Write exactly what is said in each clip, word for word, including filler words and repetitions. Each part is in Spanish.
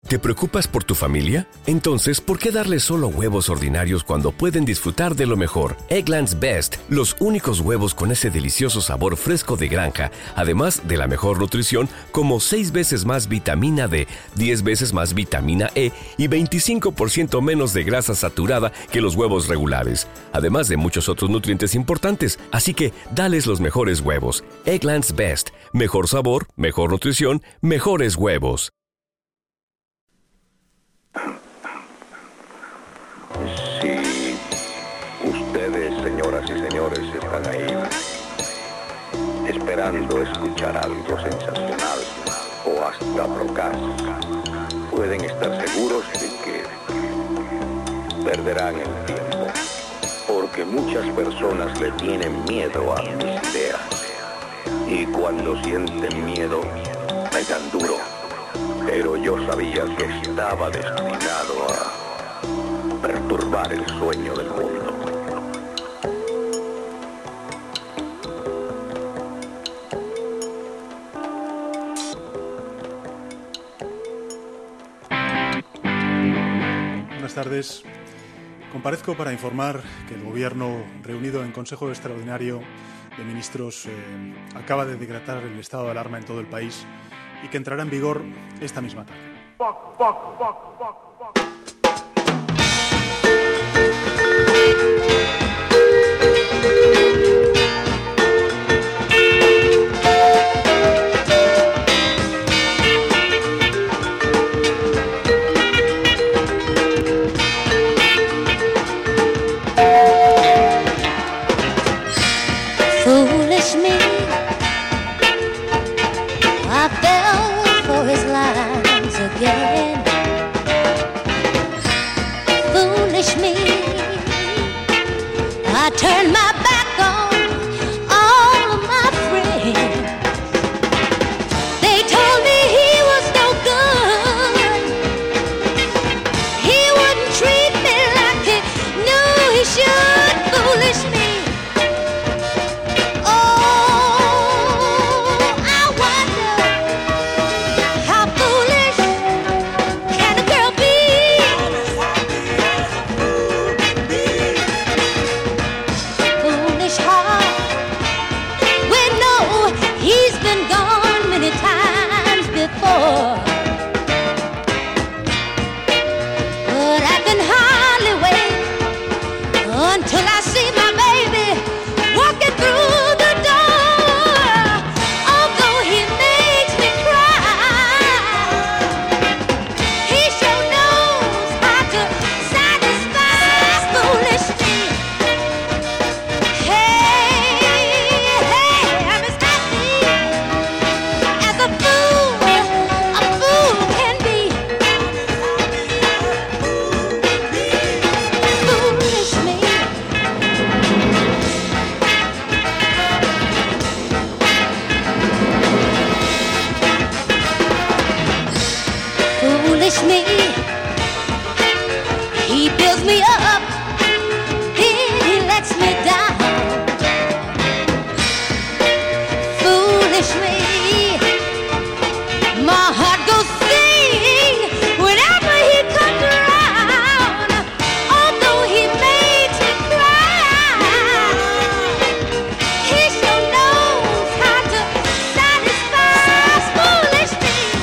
¿Te preocupas por tu familia? Entonces, ¿por qué darles solo huevos ordinarios cuando pueden disfrutar de lo mejor? Eggland's Best, los únicos huevos con ese delicioso sabor fresco de granja, además de la mejor nutrición, como seis veces más vitamina D, diez veces más vitamina E y veinticinco por ciento menos de grasa saturada que los huevos regulares, además de muchos otros nutrientes importantes. Así que, dales los mejores huevos. Eggland's Best, mejor sabor, mejor nutrición, mejores huevos. Si ustedes, señoras y señores, están ahí esperando escuchar algo sensacional o hasta brocas, pueden estar seguros de que perderán el tiempo, porque muchas personas le tienen miedo a mis ideas, y cuando sienten miedo, pegan duro. Pero yo sabía que estaba destinado a perturbar el sueño del mundo. Buenas tardes. Comparezco para informar que el Gobierno, reunido en Consejo Extraordinario de Ministros, eh, acaba de decretar el estado de alarma en todo el país y que entrará en vigor esta misma tarde. Fuck, fuck, fuck, fuck, fuck. Foolish me, I fell for his lies again. Foolish me, I turned my back on all of my friends. They told me he was no good. He wouldn't treat me like he knew he should. Foolish me.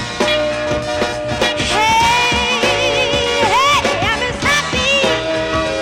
Hey, hey, I'm as happy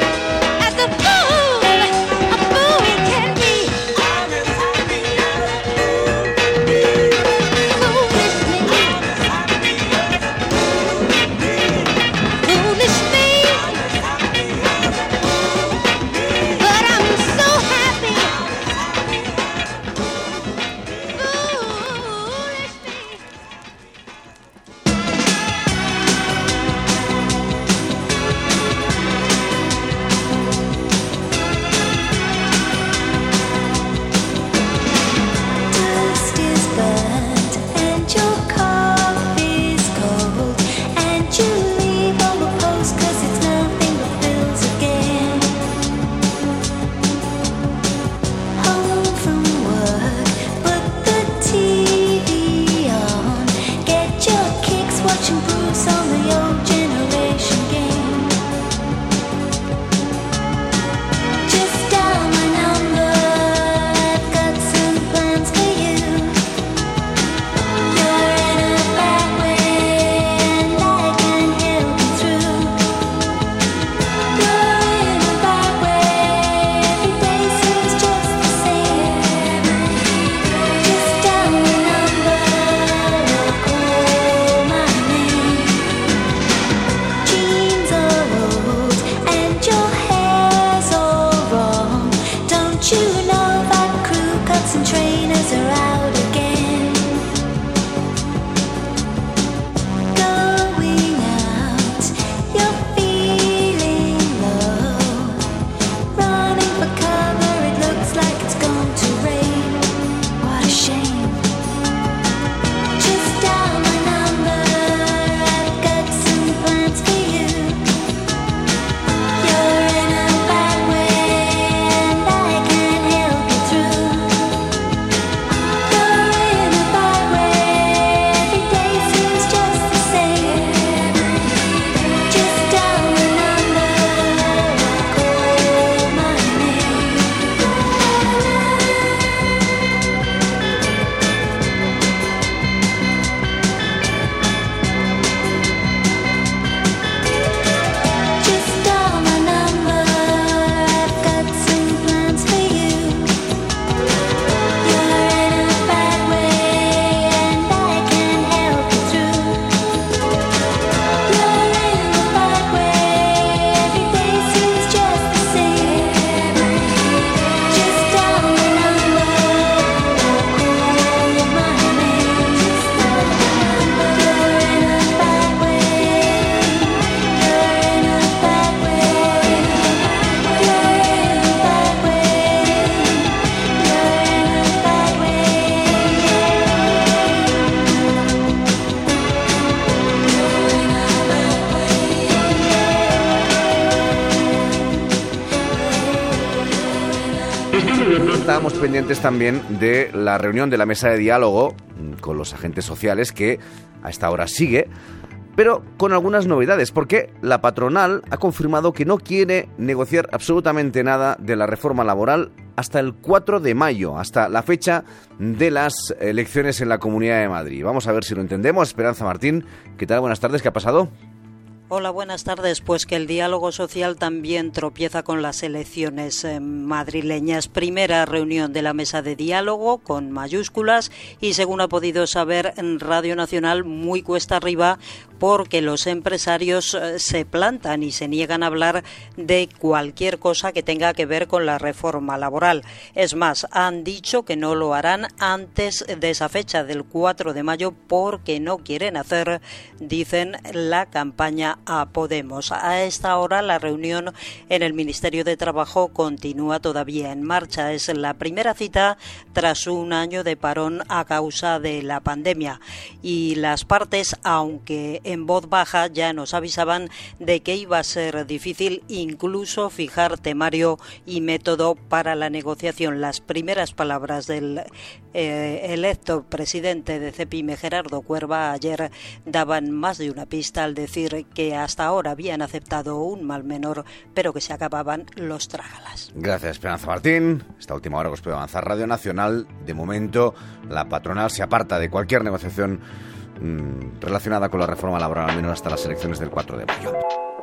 estábamos pendientes también de la reunión de la mesa de diálogo con los agentes sociales que a esta hora sigue, pero con algunas novedades, porque la patronal ha confirmado que no quiere negociar absolutamente nada de la reforma laboral hasta el cuatro de mayo, hasta la fecha de las elecciones en la Comunidad de Madrid. Vamos a ver si lo entendemos. Esperanza Martín, ¿qué tal? Buenas tardes, ¿qué ha pasado? Hola, buenas tardes. Pues que el diálogo social también tropieza con las elecciones eh, madrileñas. Primera reunión de la mesa de diálogo con mayúsculas y, según ha podido saber en Radio Nacional, muy cuesta arriba, porque los empresarios eh, se plantan y se niegan a hablar de cualquier cosa que tenga que ver con la reforma laboral. Es más, han dicho que no lo harán antes de esa fecha del cuatro de mayo porque no quieren hacer, dicen, la campaña a Podemos. A esta hora la reunión en el Ministerio de Trabajo continúa todavía en marcha. Es la primera cita tras un año de parón a causa de la pandemia. Y las partes, aunque en voz baja, ya nos avisaban de que iba a ser difícil incluso fijar temario y método para la negociación. Las primeras palabras del eh, electo presidente de CEPIME, Gerardo Cuerva, ayer daban más de una pista al decir que hasta ahora habían aceptado un mal menor, pero que se acababan los trágalas. Gracias, Esperanza Martín. Esta última hora que os puede avanzar Radio Nacional. De momento, la patronal se aparta de cualquier negociación mmm, relacionada con la reforma laboral, al menos hasta las elecciones del cuatro de mayo.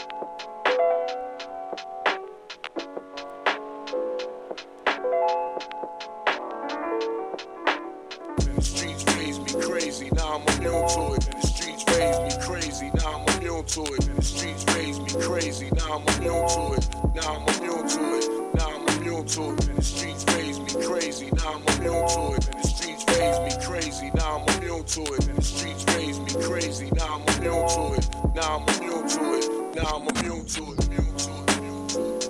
To it, and the streets raise me crazy. Now I'm immune to it. Now I'm immune to it. Now I'm immune to it, and the streets raise me crazy. Now I'm immune to it, and the streets raise me crazy. Now I'm immune to it, and the streets raise me crazy. Now I'm immune to it. Now I'm immune to it. Now I'm immune to it. Immune to it. Immune to it.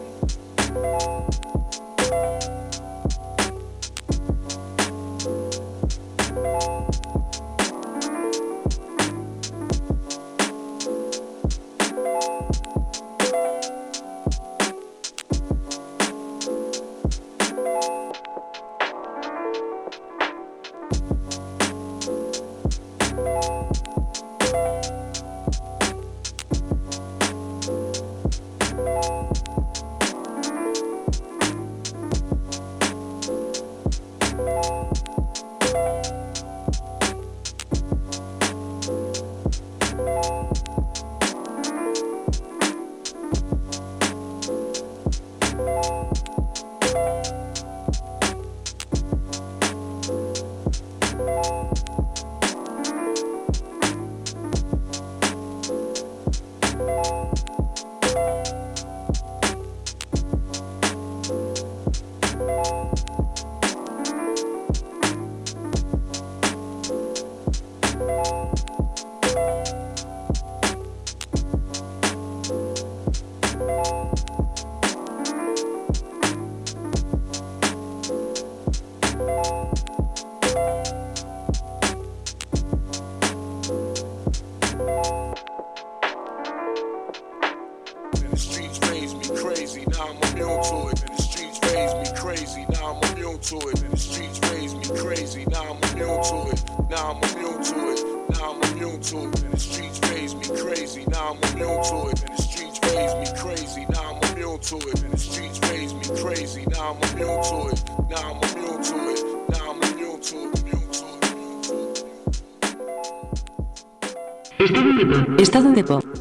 Estado de pop.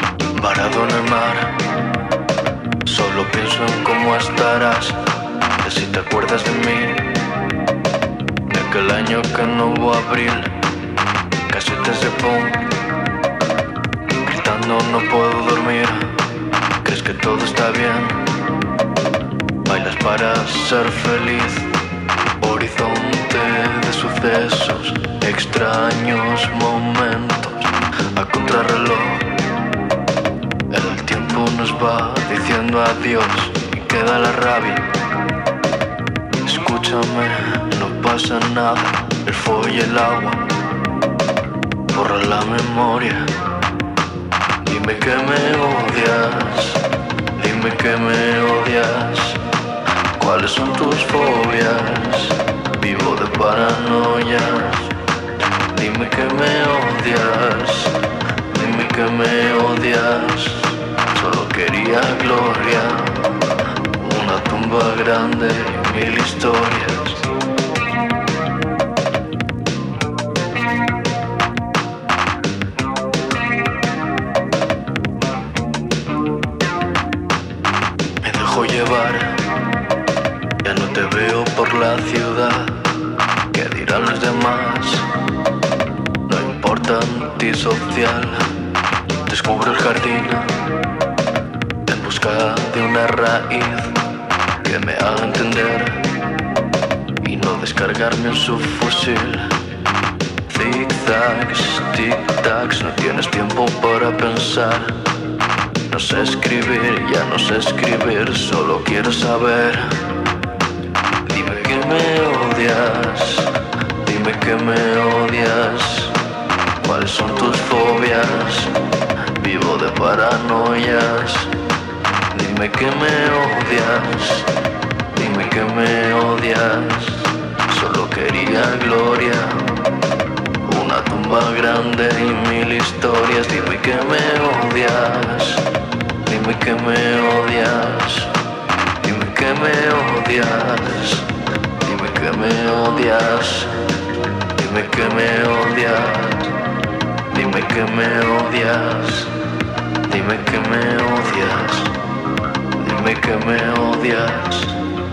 Varado en el mar, solo pienso en cómo estarás. si te acuerdas de mí, de aquel año que no hubo abril, casetes de punk, gritando no puedo dormir. ¿Crees que todo está bien? Bailas para ser feliz. Horizonte de sucesos, extraños momentos a contrarreloj. El tiempo nos va diciendo adiós y queda la rabia. Escúchame, no pasa nada, el fuego y el agua borra la memoria. Dime que me odias, dime que me odias. ¿Cuáles son tus fobias? Vivo de paranoias. Dime que me odias, dime que me odias. Solo quería gloria, una tumba grande y mil historias. Me dejo llevar, ya no te veo por la ciudad. ¿Qué dirán los demás? No importa antisocial. Descubro el jardín en busca de una raíz que me haga entender y no descargarme un subfusil. Zigzags, tic-tacs, no tienes tiempo para pensar. No sé escribir, ya no sé escribir, solo quiero saber. Dime que me odias, dime que me odias. ¿Cuáles son tus fobias? Vivo de paranoias. Dime que me odias, dime que me odias. Solo quería gloria, una tumba grande y mil historias. Dime que me odias, dime que me odias. Dime que me odias, dime que me odias. Dime que me odias, dime que me odias. Dime que me odias, dime que me odias.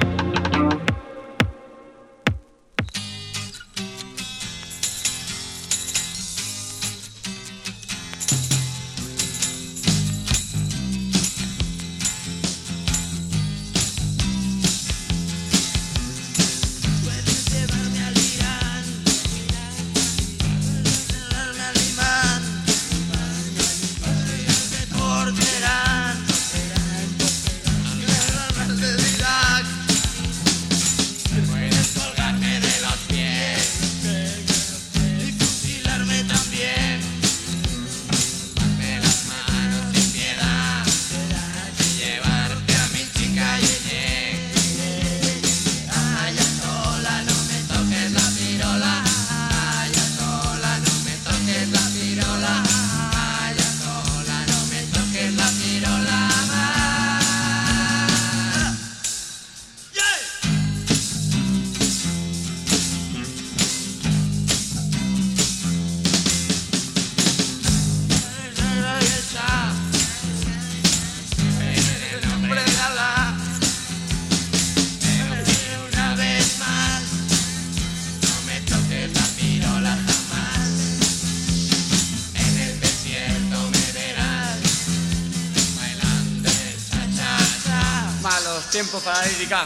Tiempo para dedicar.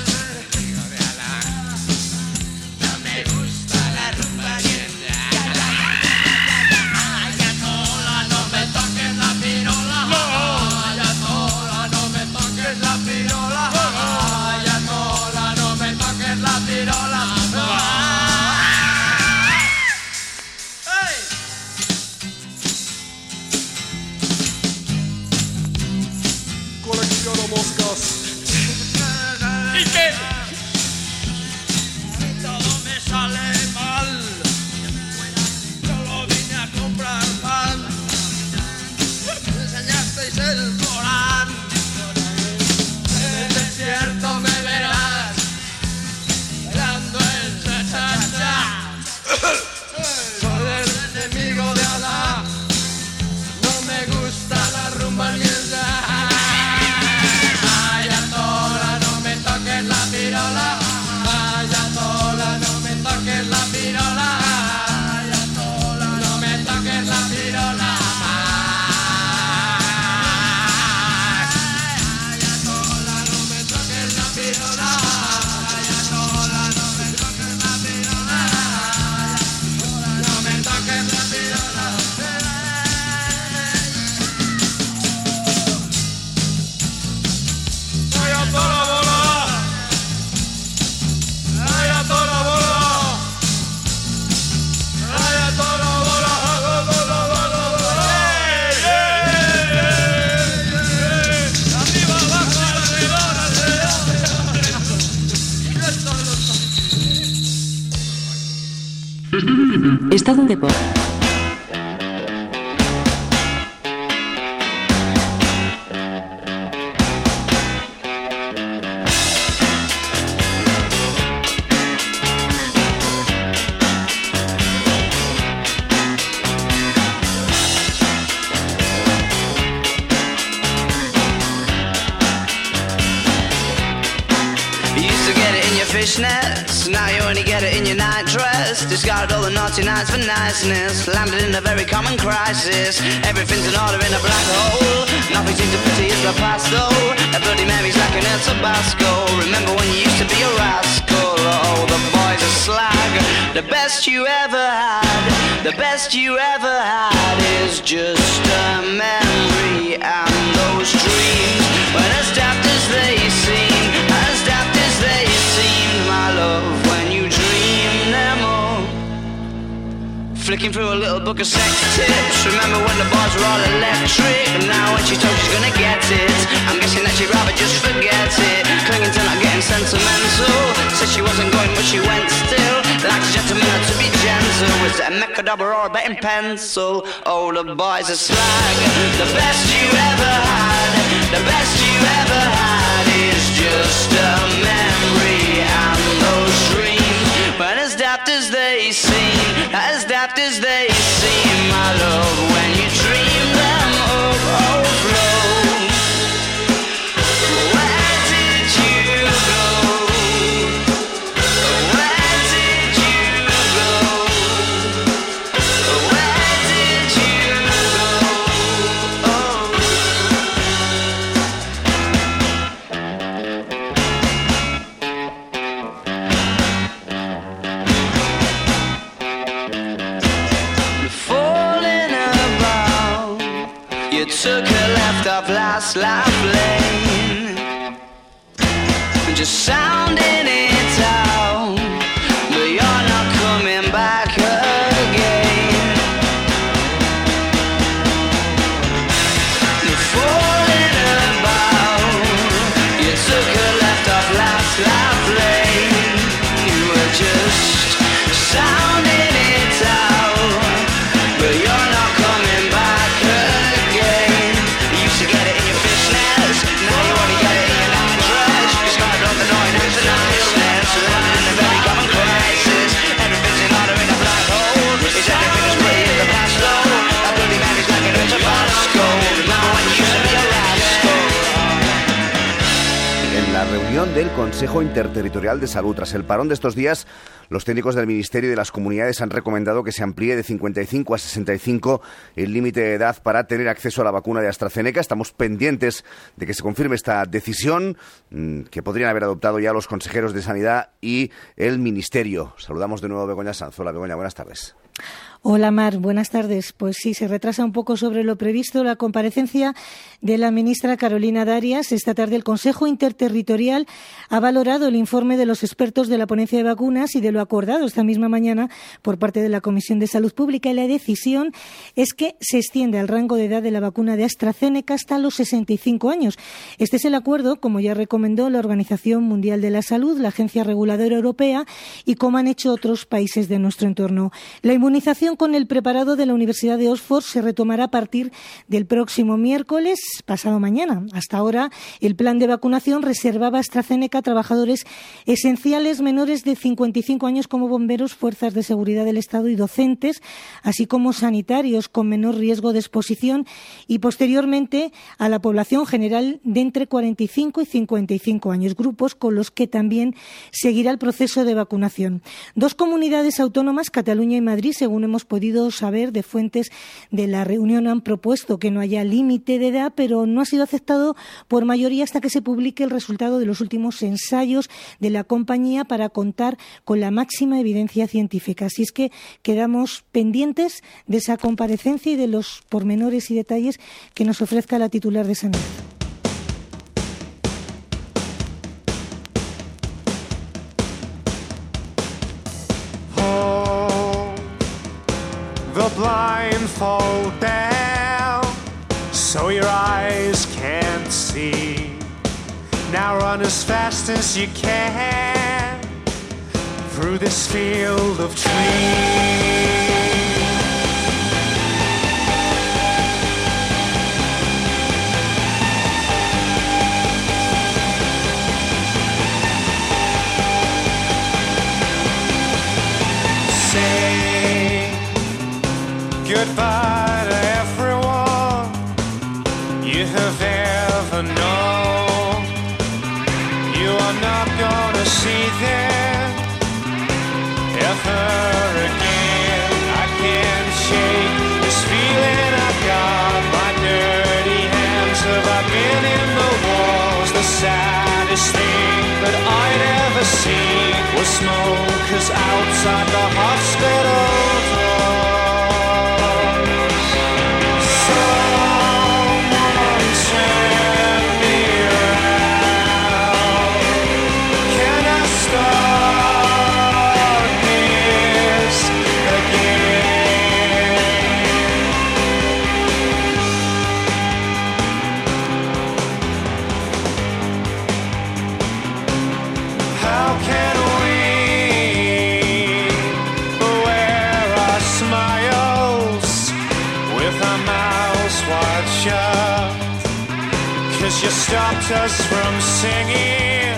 Colecciono moscas. ¿Y qué? Todo me sale mal. Solo vine a comprar pan. Me enseñasteis el Corán. En el desierto me verás bailando el cha-cha-cha. Soy el enemigo de Alá. No me gusta la rumba ni el jazz. Ayatola, no me toques la vida. Estado de Pop. Fishnets, now you only get it in your night dress. Discarded all the naughty nights for niceness. Landed in a very common crisis. Everything's in order in a black hole. Nothing seems to pity is the past though. A Bloody Mary's like an El Tabasco. Remember when you used to be a rascal? Oh, the boys are slag. The best you ever had, the best you ever had is just a memory. And those dreams, when as daft as they seem, as daft as they seem, my love, when you dream them all. Flicking through a little book of sex tips. Remember when the bars were all electric? And now when she told she's gonna get it, I'm guessing that she'd rather just forget it. Clinging to not getting sentimental. Said she wasn't going but she went still. Like a gentleman had to be gentle. Was it a mechadobber or a betting pencil? Oh, the boys are slag. The best you ever had, the best you ever had is just a memory. And those dreams, but as daft as they seem, as daft as they seem, my love, when you dream them overflow. Where did you go? Where did you go? Where did you go? Oh. Falling about, you took a left off last life lane, just sounding it out, but you're not coming back again. Falling about, you took a left off last life lane, you were just sounding it out, but you're not coming back again. You used to get it in your fishnets, now you only get it in your night dress. You started on the noise and the niceness, surrounded in a very common crisis. Everything's in order in a black hole. Is everything as pretty as the past though? A Bloody Mary's like an El Tabasco. Remember when you used to be a rascal? En la reunión del Consejo Interterritorial de Salud, tras el parón de estos días, los técnicos del Ministerio y de las comunidades han recomendado que se amplíe de cincuenta y cinco a sesenta y cinco el límite de edad para tener acceso a la vacuna de AstraZeneca. Estamos pendientes de que se confirme esta decisión que podrían haber adoptado ya los consejeros de Sanidad y el Ministerio. Saludamos de nuevo a Begoña Sanz. Hola, Begoña, buenas tardes. Hola Mar, buenas tardes. Pues sí, se retrasa un poco sobre lo previsto la comparecencia de la ministra Carolina Darias. Esta tarde el Consejo Interterritorial ha valorado el informe de los expertos de la ponencia de vacunas y de lo acordado esta misma mañana por parte de la Comisión de Salud Pública, y la decisión es que se extiende el rango de edad de la vacuna de AstraZeneca hasta los sesenta y cinco años. Este es el acuerdo, como ya recomendó la Organización Mundial de la Salud, la Agencia Reguladora Europea y como han hecho otros países de nuestro entorno. La inmunización con el preparado de la Universidad de Oxford se retomará a partir del próximo miércoles, pasado mañana. Hasta ahora, el plan de vacunación reservaba a AstraZeneca a trabajadores esenciales menores de cincuenta y cinco años como bomberos, fuerzas de seguridad del Estado y docentes, así como sanitarios con menor riesgo de exposición, y posteriormente a la población general de entre cuarenta y cinco y cincuenta y cinco años, grupos con los que también seguirá el proceso de vacunación. Dos comunidades autónomas, Cataluña y Madrid, según hemos podido saber de fuentes de la reunión, han propuesto que no haya límite de edad, pero no ha sido aceptado por mayoría hasta que se publique el resultado de los últimos ensayos de la compañía para contar con la máxima evidencia científica. Así es que quedamos pendientes de esa comparecencia y de los pormenores y detalles que nos ofrezca la titular de Sanidad. The blindfold down so your eyes can't see. Now run as fast as you can through this field of trees. goodbye to everyone you have ever known. You are not gonna see them ever again. I can't shake this feeling I've got. My dirty hands have I been in the walls. The saddest thing that I'd ever seen was smokers outside the hospital doors. Someone turn me around. Can I start this again? How can we wear our smiles with our mouths wide shut? 'Cause you stopped us from singing.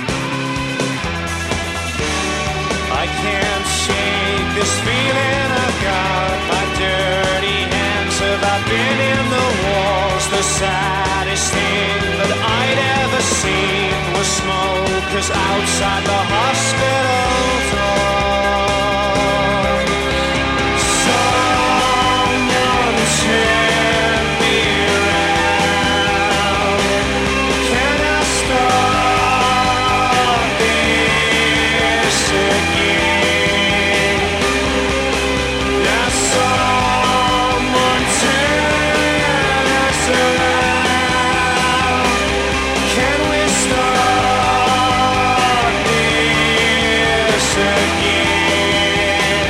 I can't shake this feeling I've got. My dirty hands have I been in the walls. The saddest thing that I'd ever seen was smokers outside the hospital door. Someone turn me around. Can I start this again? Now someone turn us around. Can we start this again?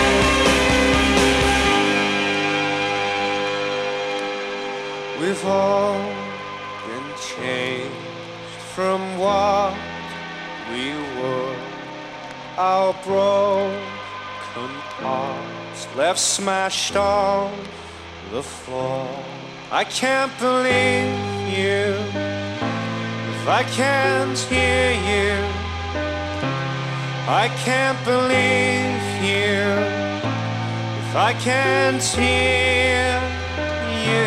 We've all been changed from what we were. Our broken hearts left smashed on the floor. I can't believe you if I can't hear you. I can't believe you if I can't hear you.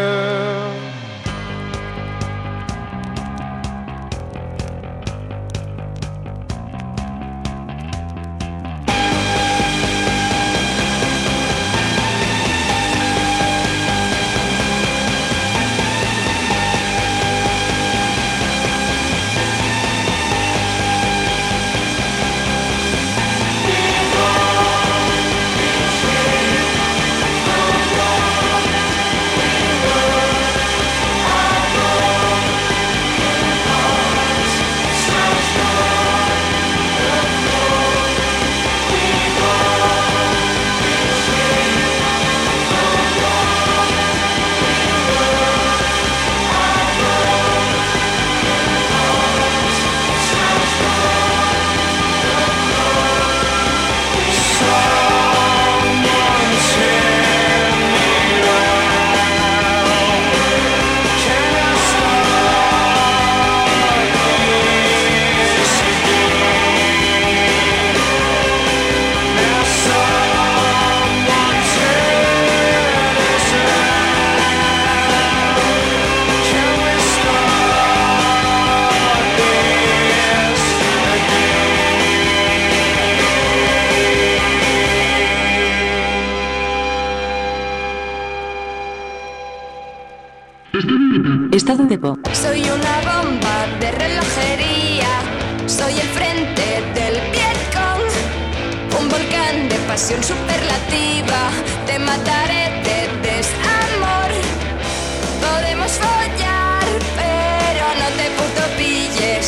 Estado de pop. Soy una bomba de relojería, soy el frente del Vietcong, un volcán de pasión superlativa, te mataré de desamor. Podemos follar, pero no te puto pilles.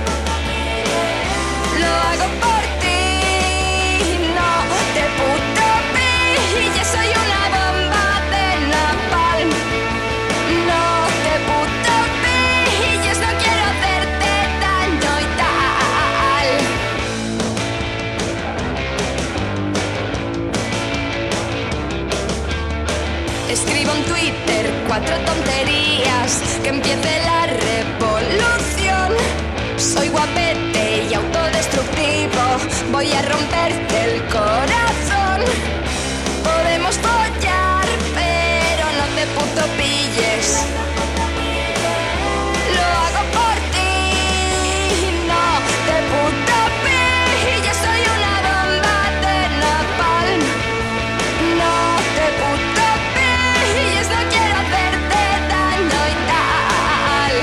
Lo hago por ti, no te puto pilles. Soy una bomba de napalm. No te puto pilles, no quiero hacerte daño y tal. Escribo en Twitter cuatro tonterías, que empiece la revolución. Soy guapete y autodestructivo, voy a romperte el corazón. Podemos follar, pilles. Lo hago por ti, no te puto pilles. Soy una bomba de napalm. No te puto pilles, no quiero hacerte daño y tal.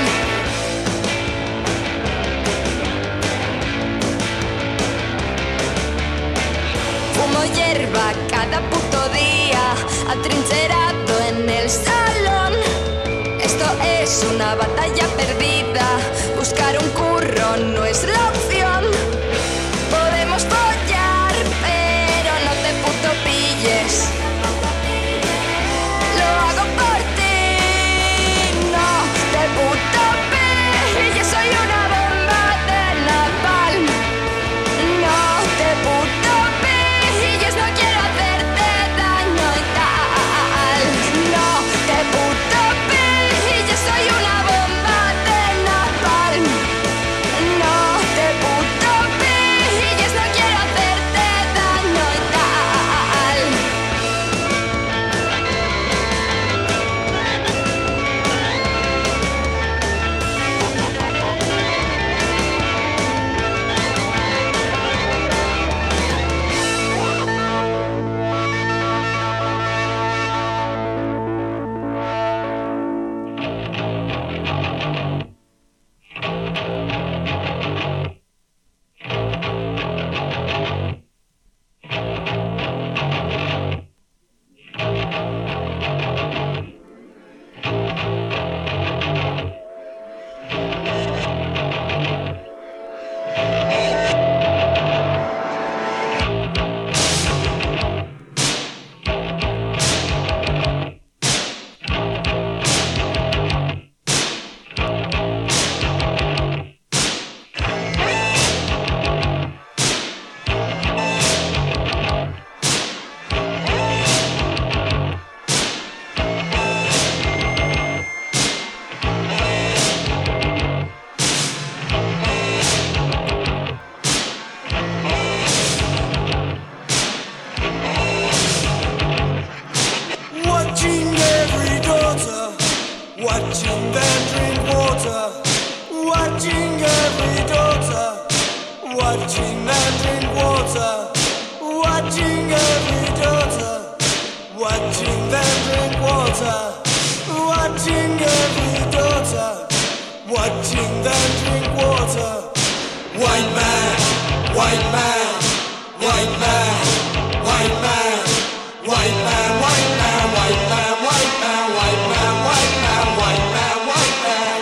Fumo hierba cada puto día, atrincherado en el salón. Esto es una batalla perdida, buscar un curro no es la opción. Podemos follar, pero no te puto pilles. Lo hago por ti, no te puto pilles. Soy una bomba de napalm. No te puto pilles, no quiero hacerte daño y tal. No te puto pilles, soy una bomba de napalm. No te puto pilles, no quiero hacerte daño y tal. Watching every daughter, watching them drink water. Watching every daughter, watching them drink water. Watching every daughter, watching them drink water. Watching every daughter, watching them drink water. White man, white man, white man, white man, white man, white man, white man, white man, white man, white man, white man, white man.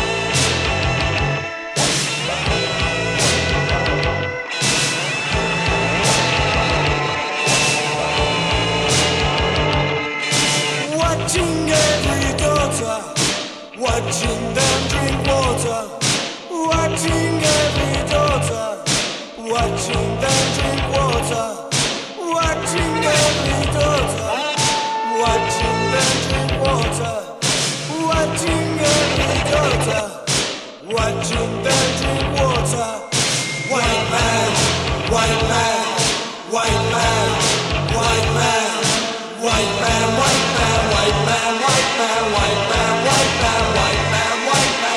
Watching every daughter, watching them drink water. Watching every daughter, watching them drink water. Watching every daughter, watching them drink water. Watching every daughter, watching them drink water. White man, white man, white man, white man, white man, white man, white man, white man, white man, white man, white man, white man.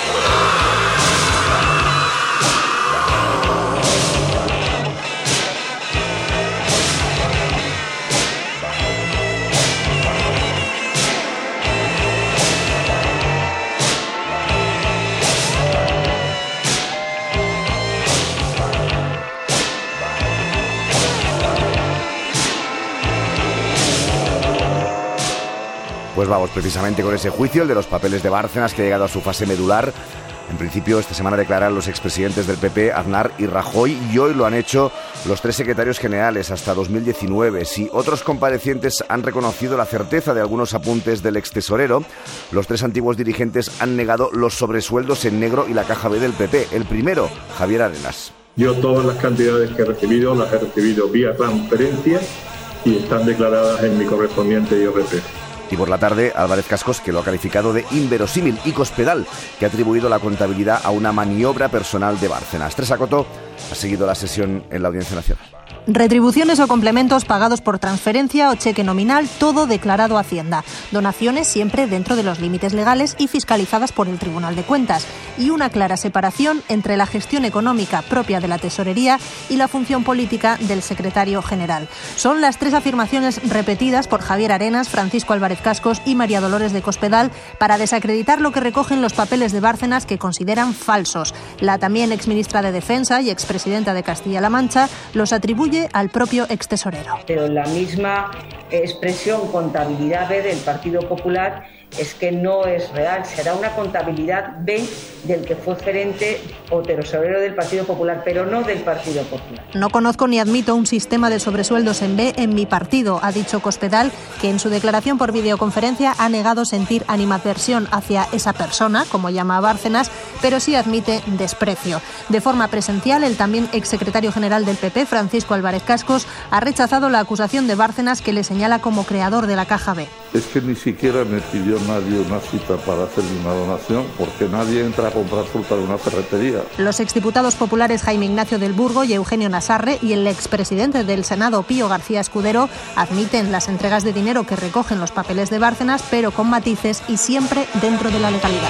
Pues vamos precisamente con ese juicio, el de los papeles de Bárcenas, que ha llegado a su fase medular. En principio, esta semana declararon los expresidentes del P P, Aznar y Rajoy, y hoy lo han hecho los tres secretarios generales hasta dos mil diecinueve. Si otros comparecientes han reconocido la certeza de algunos apuntes del extesorero, los tres antiguos dirigentes han negado los sobresueldos en negro y la caja B del P P. El primero, Javier Arenas. Yo todas las cantidades que he recibido las he recibido vía transferencia y están declaradas en mi correspondiente I R P F. Y por la tarde, Álvarez Cascos, que lo ha calificado de inverosímil, y Cospedal, que ha atribuido la contabilidad a una maniobra personal de Bárcenas. Teresa Coto ha seguido la sesión en la Audiencia Nacional. Retribuciones o complementos pagados por transferencia o cheque nominal, todo declarado a Hacienda. Donaciones siempre dentro de los límites legales y fiscalizadas por el Tribunal de Cuentas. Y una clara separación entre la gestión económica propia de la Tesorería y la función política del secretario general. Son las tres afirmaciones repetidas por Javier Arenas, Francisco Álvarez Cascos y María Dolores de Cospedal para desacreditar lo que recogen los papeles de Bárcenas, que consideran falsos. La también exministra de Defensa y expresidenta de Castilla-La Mancha los atribuye al propio extesorero. Pero la misma expresión contabilidad B del Partido Popular es que no es real, será una contabilidad B del que fue gerente o tesorero del Partido Popular, pero no del Partido Popular. No conozco ni admito un sistema de sobresueldos en B en mi partido, ha dicho Cospedal, que en su declaración por videoconferencia ha negado sentir animadversión hacia esa persona, como llama a Bárcenas, pero sí admite desprecio. De forma presencial, el también exsecretario general del P P, Francisco Álvarez Cascos, ha rechazado la acusación de Bárcenas, que le señala como creador de la Caja B. Es que ni siquiera me pidió nadie una cita para hacerme una donación, porque nadie entra a comprar fruta en una ferretería. Los exdiputados populares Jaime Ignacio del Burgo y Eugenio Nasarre y el expresidente del Senado Pío García Escudero admiten las entregas de dinero que recogen los papeles de Bárcenas, pero con matices y siempre dentro de la legalidad.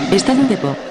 Estado de pop.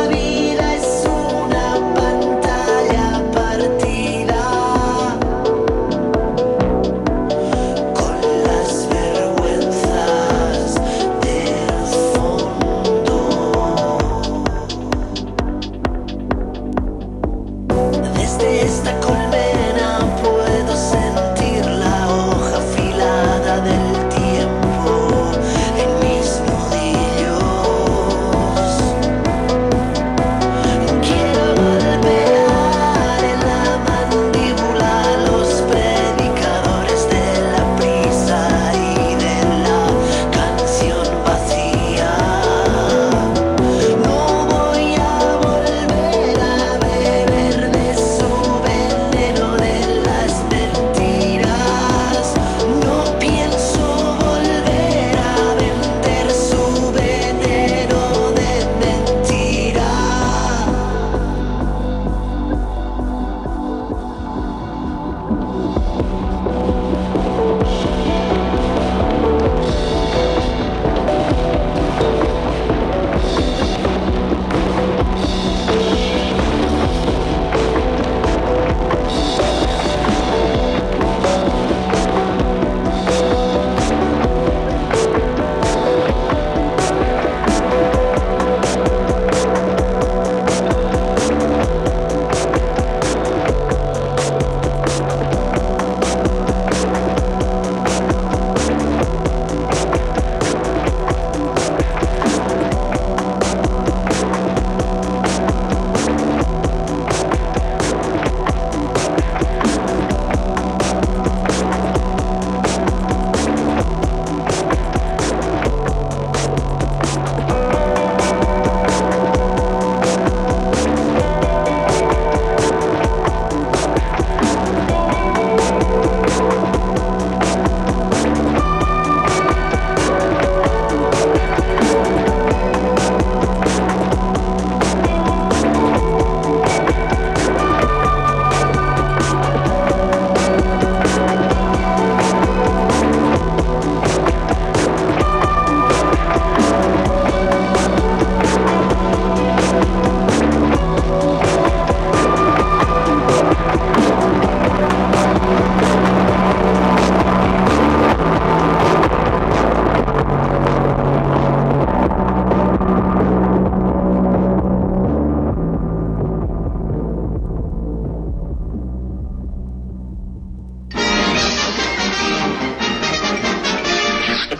Partida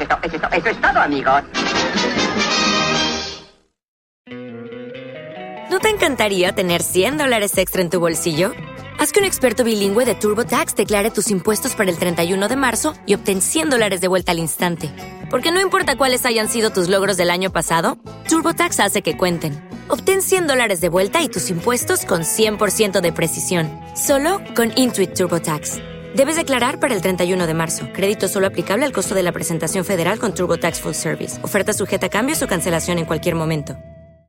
esto, es esto, eso es todo, amigos. ¿No te encantaría tener cien dólares extra en tu bolsillo? Haz que un experto bilingüe de TurboTax declare tus impuestos para el treinta y uno de marzo y obtén cien dólares de vuelta al instante. Porque no importa cuáles hayan sido tus logros del año pasado, TurboTax hace que cuenten. Obtén cien dólares de vuelta y tus impuestos con cien por ciento de precisión. Solo con Intuit TurboTax. Debes declarar para el treinta y uno de marzo. Crédito solo aplicable al costo de la presentación federal con TurboTax Full Service. Oferta sujeta a cambios o cancelación en cualquier momento.